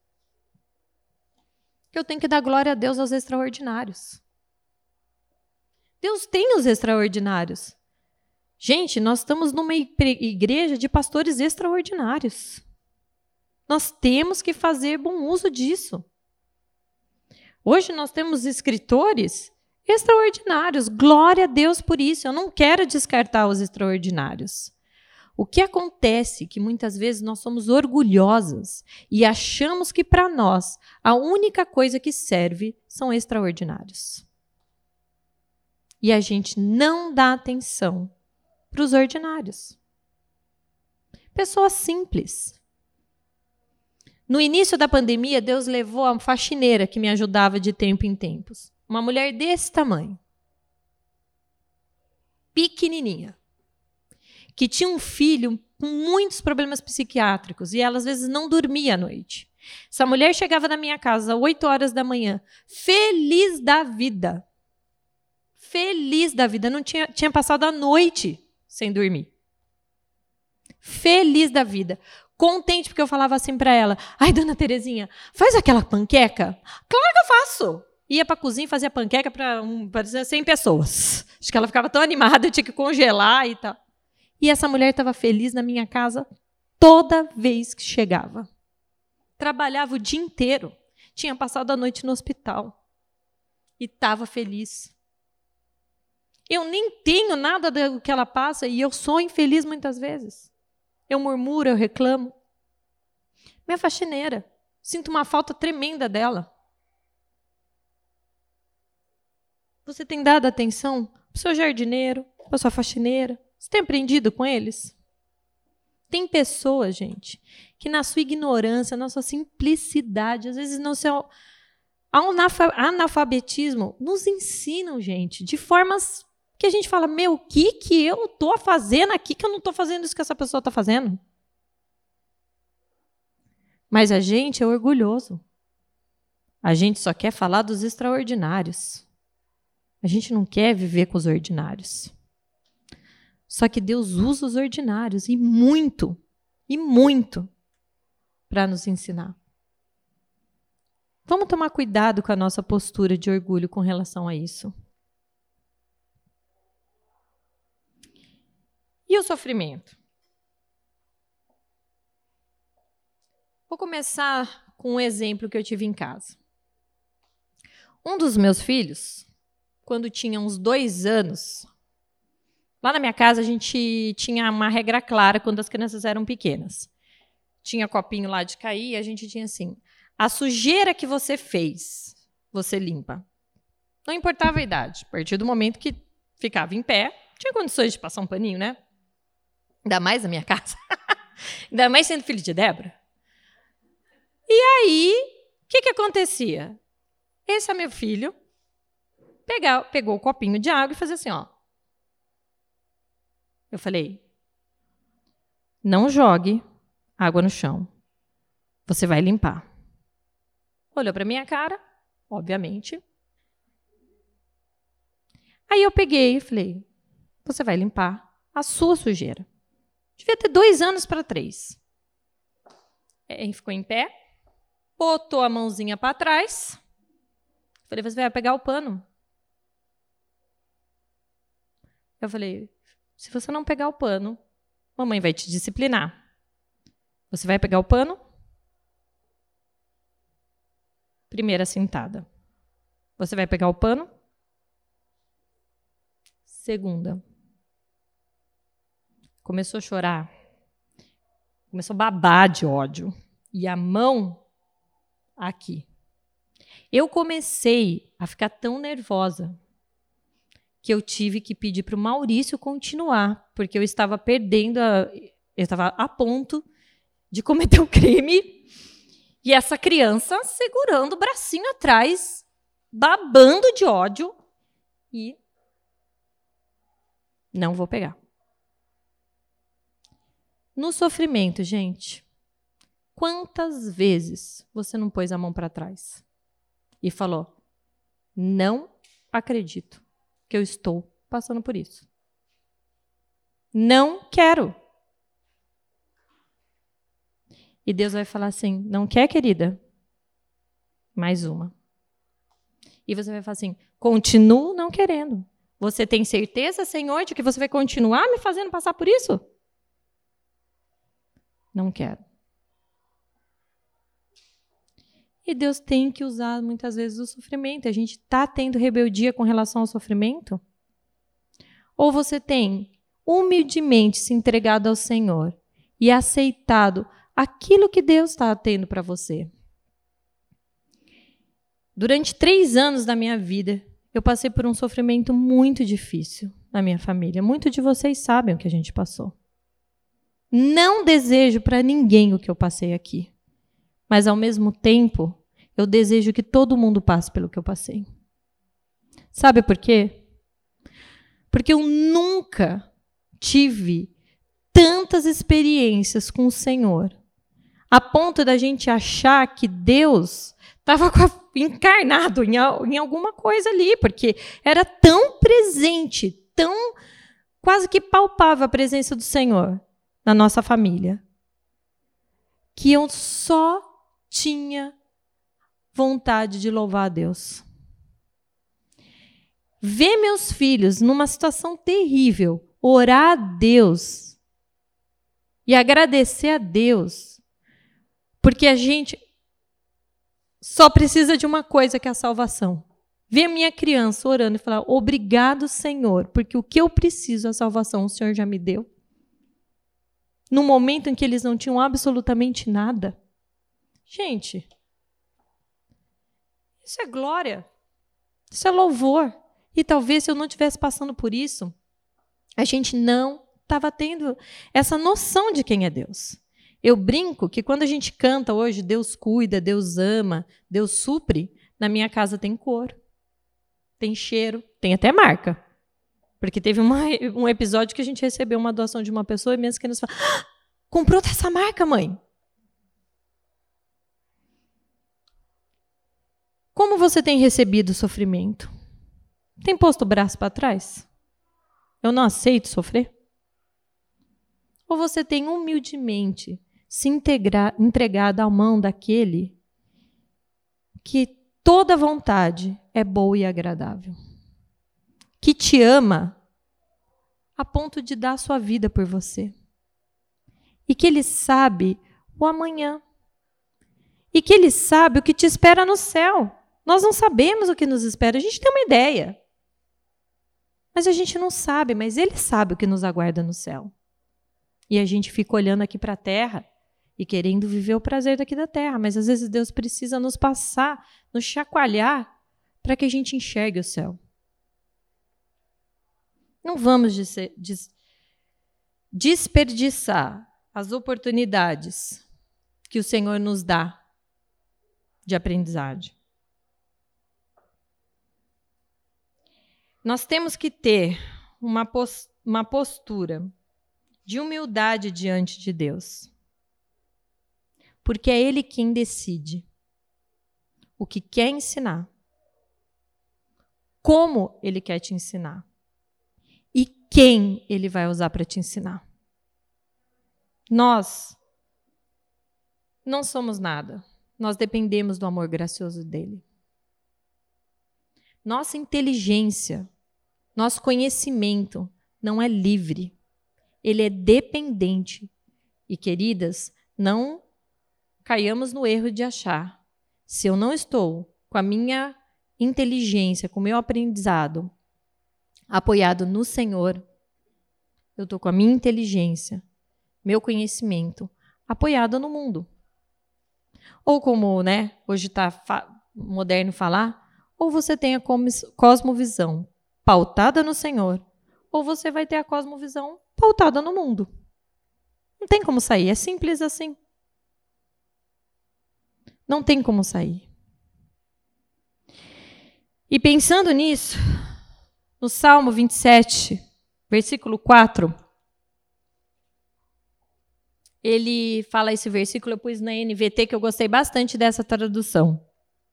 que eu tenho que dar glória a Deus aos extraordinários. Deus tem os extraordinários. Gente, nós estamos numa igreja de pastores extraordinários. Nós temos que fazer bom uso disso. Hoje nós temos escritores extraordinários. Glória a Deus por isso. Eu não quero descartar os extraordinários. O que acontece é que muitas vezes nós somos orgulhosas e achamos que para nós a única coisa que serve são extraordinários. E a gente não dá atenção para os ordinários. Pessoas simples. No início da pandemia, Deus levou a faxineira que me ajudava de tempo em tempos. Uma mulher desse tamanho. Pequenininha. Que tinha um filho com muitos problemas psiquiátricos e ela às vezes não dormia à noite. Essa mulher chegava na minha casa às 8 horas da manhã, feliz da vida. Feliz da vida. Não tinha passado a noite sem dormir. Feliz da vida. Contente, porque eu falava assim para ela: ai, dona Terezinha, faz aquela panqueca? Claro que eu faço. Ia para a cozinha e fazia panqueca para 100 pessoas. Acho que ela ficava tão animada, eu tinha que congelar e tal. E essa mulher estava feliz na minha casa toda vez que chegava. Trabalhava o dia inteiro. Tinha passado a noite no hospital. E estava feliz. Eu nem tenho nada do que ela passa e eu sou infeliz muitas vezes. eu murmuro, eu reclamo. Minha faxineira, sinto uma falta tremenda dela. Você tem dado atenção para o seu jardineiro, para a sua faxineira? Você tem aprendido com eles? Tem pessoas, gente, que na sua ignorância, na sua simplicidade, às vezes no seu analfabetismo, nos ensinam, gente, de formas que a gente fala, o que eu estou fazendo aqui que eu não estou fazendo isso que essa pessoa está fazendo? Mas a gente é orgulhoso. A gente só quer falar dos extraordinários. A gente não quer viver com os ordinários. Só que Deus usa os ordinários e muito para nos ensinar. Vamos tomar cuidado com a nossa postura de orgulho com relação a isso. E o sofrimento? Vou começar com um exemplo que eu tive em casa. Um dos meus filhos, quando tinha uns 2 anos, lá na minha casa a gente tinha uma regra clara quando as crianças eram pequenas. Tinha copinho lá de cair e a gente tinha assim, a sujeira que você fez, você limpa. Não importava a idade. A partir do momento que ficava em pé, tinha condições de passar um paninho, né? Ainda mais na minha casa. Ainda mais sendo filho de Débora. E aí, o que acontecia? Esse é meu filho, pegou o copinho de água e fazia assim, ó. Eu falei, não jogue água no chão. Você vai limpar. Olhou para minha cara, obviamente. Aí eu peguei e falei, você vai limpar a sua sujeira. Devia ter 2 anos para 3. Ele ficou em pé, botou a mãozinha para trás. Falei, você vai pegar o pano. Eu falei, se você não pegar o pano, mamãe vai te disciplinar. Você vai pegar o pano? Primeira sentada. Você vai pegar o pano? Segunda. Começou a chorar. Começou a babar de ódio. E a mão aqui. Eu comecei a ficar tão nervosa que eu tive que pedir para o Maurício continuar, porque eu estava perdendo, eu estava a ponto de cometer um crime. E essa criança segurando o bracinho atrás, babando de ódio. E não vou pegar. No sofrimento, gente, quantas vezes você não pôs a mão para trás e falou, não acredito que eu estou passando por isso. Não quero. E Deus vai falar assim, não quer, querida? Mais uma. E você vai falar assim, continuo não querendo. Você tem certeza, Senhor, de que você vai continuar me fazendo passar por isso? Não quero. E Deus tem que usar muitas vezes o sofrimento. A gente está tendo rebeldia com relação ao sofrimento? Ou você tem humildemente se entregado ao Senhor e aceitado aquilo que Deus está tendo para você? Durante 3 anos da minha vida, eu passei por um sofrimento muito difícil na minha família. Muitos de vocês sabem o que a gente passou. Não desejo para ninguém o que eu passei aqui. Mas, ao mesmo tempo, eu desejo que todo mundo passe pelo que eu passei. Sabe por quê? Porque eu nunca tive tantas experiências com o Senhor, a ponto da gente achar que Deus estava encarnado em alguma coisa ali, porque era tão presente, tão quase que palpável a presença do Senhor na nossa família, que eu só tinha vontade de louvar a Deus. Ver meus filhos numa situação terrível, orar a Deus e agradecer a Deus, porque a gente só precisa de uma coisa, que é a salvação. Ver a minha criança orando e falar, obrigado, Senhor, porque o que eu preciso, a salvação, o Senhor já me deu. no momento em que eles não tinham absolutamente nada. Gente, isso é glória, isso é louvor. E talvez se eu não estivesse passando por isso, a gente não estava tendo essa noção de quem é Deus. Eu brinco que quando a gente canta hoje, Deus cuida, Deus ama, Deus supre, na minha casa tem cor, tem cheiro, tem até marca. Porque teve um episódio que a gente recebeu uma doação de uma pessoa e mesmo que nos fala, comprou dessa marca, mãe? Como você tem recebido o sofrimento? Tem posto o braço para trás? Eu não aceito sofrer? Ou você tem humildemente se entregado à mão daquele que toda vontade é boa e agradável, que te ama a ponto de dar a sua vida por você, e que Ele sabe o amanhã, e que Ele sabe o que te espera no céu. Nós não sabemos o que nos espera, a gente tem uma ideia, mas a gente não sabe, mas Ele sabe o que nos aguarda no céu. E a gente fica olhando aqui para a terra e querendo viver o prazer daqui da terra, mas às vezes Deus precisa nos passar, nos chacoalhar, para que a gente enxergue o céu. Não vamos desperdiçar as oportunidades que o Senhor nos dá de aprendizagem. Nós temos que ter uma postura de humildade diante de Deus. Porque é Ele quem decide o que quer ensinar, como Ele quer te ensinar e quem Ele vai usar para te ensinar. Nós não somos nada, nós dependemos do amor gracioso dEle. Nossa inteligência, nosso conhecimento não é livre, ele é dependente. E, queridas, não caiamos no erro de achar, se eu não estou com a minha inteligência, com o meu aprendizado apoiado no Senhor, eu estou com a minha inteligência, meu conhecimento apoiado no mundo. Ou como, hoje está moderno falar, ou você tem a cosmovisão pautada no Senhor, ou você vai ter a cosmovisão pautada no mundo. Não tem como sair, é simples assim. Não tem como sair. E pensando nisso, no Salmo 27, versículo 4, ele fala esse versículo, eu pus na NVT, que eu gostei bastante dessa tradução.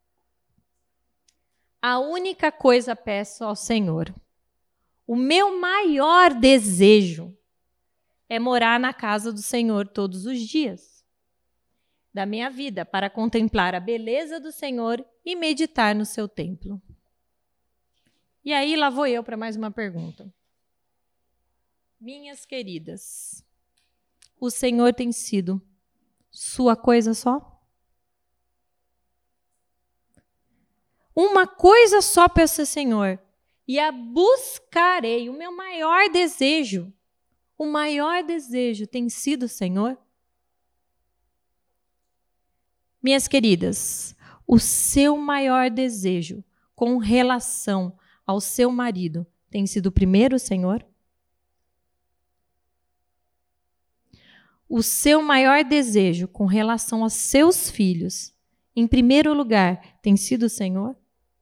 A única coisa peço ao Senhor, o meu maior desejo é morar na casa do Senhor todos os dias da minha vida, para contemplar a beleza do Senhor e meditar no seu templo. E aí lá vou eu para mais uma pergunta. Minhas queridas, o Senhor tem sido sua coisa só? Uma coisa só peço ao Senhor, e a buscarei. O meu maior desejo, tem sido o Senhor? Minhas queridas, o seu maior desejo com relação ao seu marido tem sido primeiro o Senhor? O seu maior desejo com relação aos seus filhos, em primeiro lugar, tem sido o Senhor?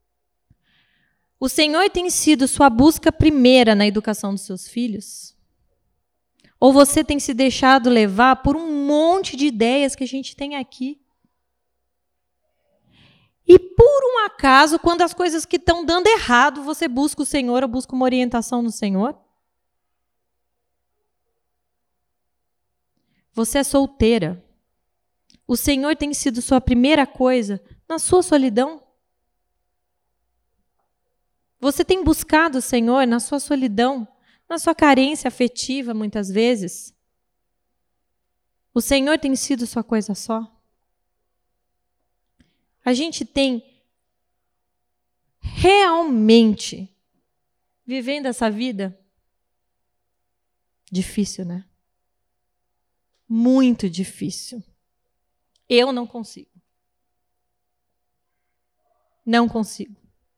O Senhor tem sido sua busca primeira na educação dos seus filhos? Ou você tem se deixado levar por um monte de ideias que a gente tem aqui? E por um acaso, quando as coisas que estão dando errado, você busca o Senhor ou busca uma orientação no Senhor? Você é solteira. O Senhor tem sido sua primeira coisa na sua solidão? Você tem buscado o Senhor na sua solidão, na sua carência afetiva, muitas vezes? O Senhor tem sido sua coisa só? A gente tem realmente vivendo essa vida? Difícil, né? muito difícil. Eu não consigo. Não consigo.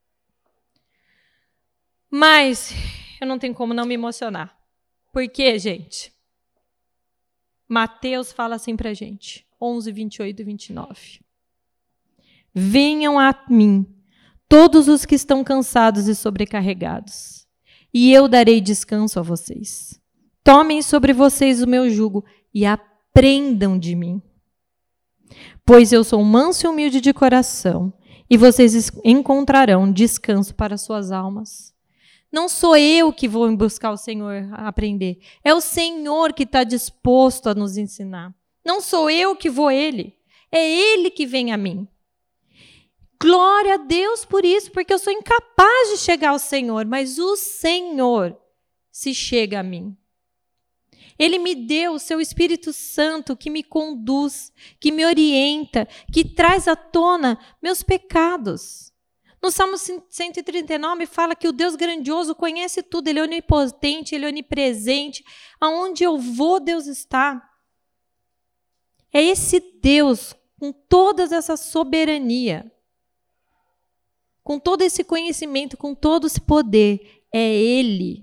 Mas eu não tenho como não me emocionar. Por quê, gente? Mateus fala assim pra gente, 11, 28 e 29. Venham a mim, todos os que estão cansados e sobrecarregados, e eu darei descanso a vocês. Tomem sobre vocês o meu jugo e aprendam de mim. Pois eu sou manso e humilde de coração, e vocês encontrarão descanso para suas almas. Não sou eu que vou buscar o Senhor a aprender. É o Senhor que está disposto a nos ensinar. Não sou eu que vou a Ele. É Ele que vem a mim. Glória a Deus por isso, porque eu sou incapaz de chegar ao Senhor, mas o Senhor se chega a mim. Ele me deu o seu Espírito Santo que me conduz, que me orienta, que traz à tona meus pecados. No Salmo 139 fala que o Deus grandioso conhece tudo, Ele é onipotente, Ele é onipresente. Aonde eu vou, Deus está. É esse Deus, com toda essa soberania, com todo esse conhecimento, com todo esse poder, é Ele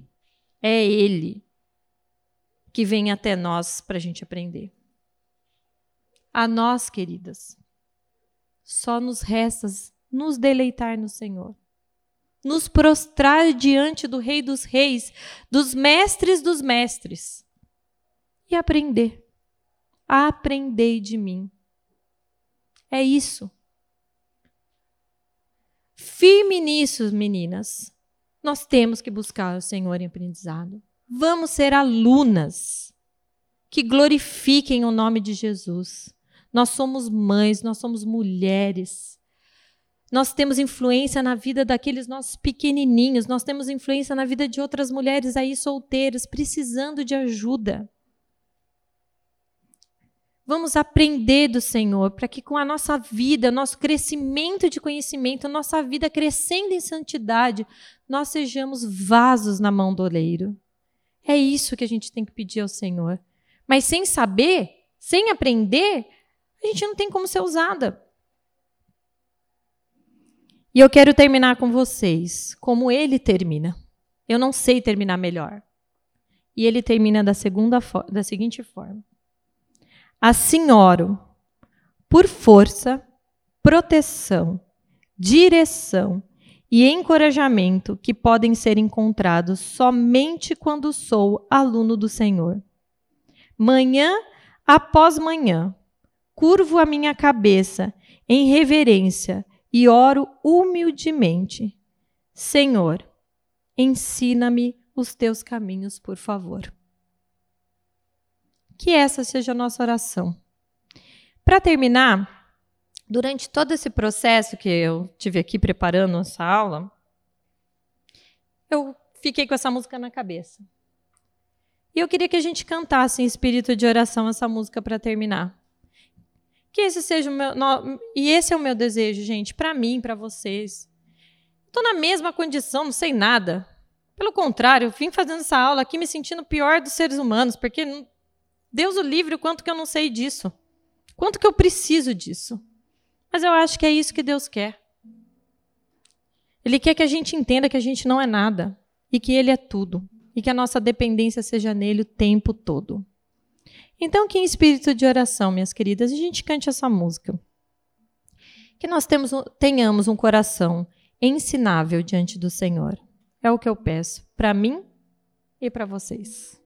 que vem até nós para a gente aprender. A nós, queridas, só nos resta nos deleitar no Senhor, nos prostrar diante do Rei dos Reis, dos mestres, e aprender. Aprendei de mim. É isso. Firme nisso, meninas. Nós temos que buscar o Senhor em aprendizado. Vamos ser alunas que glorifiquem o nome de Jesus. Nós somos mães, nós somos mulheres. Nós temos influência na vida daqueles nossos pequenininhos, nós temos influência na vida de outras mulheres aí solteiras, precisando de ajuda. Vamos aprender do Senhor, para que com a nossa vida, nosso crescimento de conhecimento, nossa vida crescendo em santidade, nós sejamos vasos na mão do oleiro. É isso que a gente tem que pedir ao Senhor. Mas sem saber, sem aprender, a gente não tem como ser usada. E eu quero terminar com vocês, como ele termina. Eu não sei terminar melhor. E ele termina da seguinte forma. Assim oro, por força, proteção, direção e encorajamento que podem ser encontrados somente quando sou aluno do Senhor. Manhã após manhã, curvo a minha cabeça em reverência e oro humildemente. Senhor, ensina-me os teus caminhos, por favor. Que essa seja a nossa oração. Para terminar, durante todo esse processo que eu tive aqui preparando essa aula, eu fiquei com essa música na cabeça. E eu queria que a gente cantasse em espírito de oração essa música para terminar. Que esse seja o meu... E esse é o meu desejo, gente, para mim, para vocês. Estou na mesma condição, não sei nada. Pelo contrário, eu vim fazendo essa aula aqui me sentindo o pior dos seres humanos, porque Deus o livre o quanto que eu não sei disso. Quanto que eu preciso disso. Mas eu acho que é isso que Deus quer. Ele quer que a gente entenda que a gente não é nada e que Ele é tudo. E que a nossa dependência seja nele o tempo todo. Então, que em espírito de oração, minhas queridas, a gente cante essa música. Que nós tenhamos um coração ensinável diante do Senhor. É o que eu peço para mim e para vocês.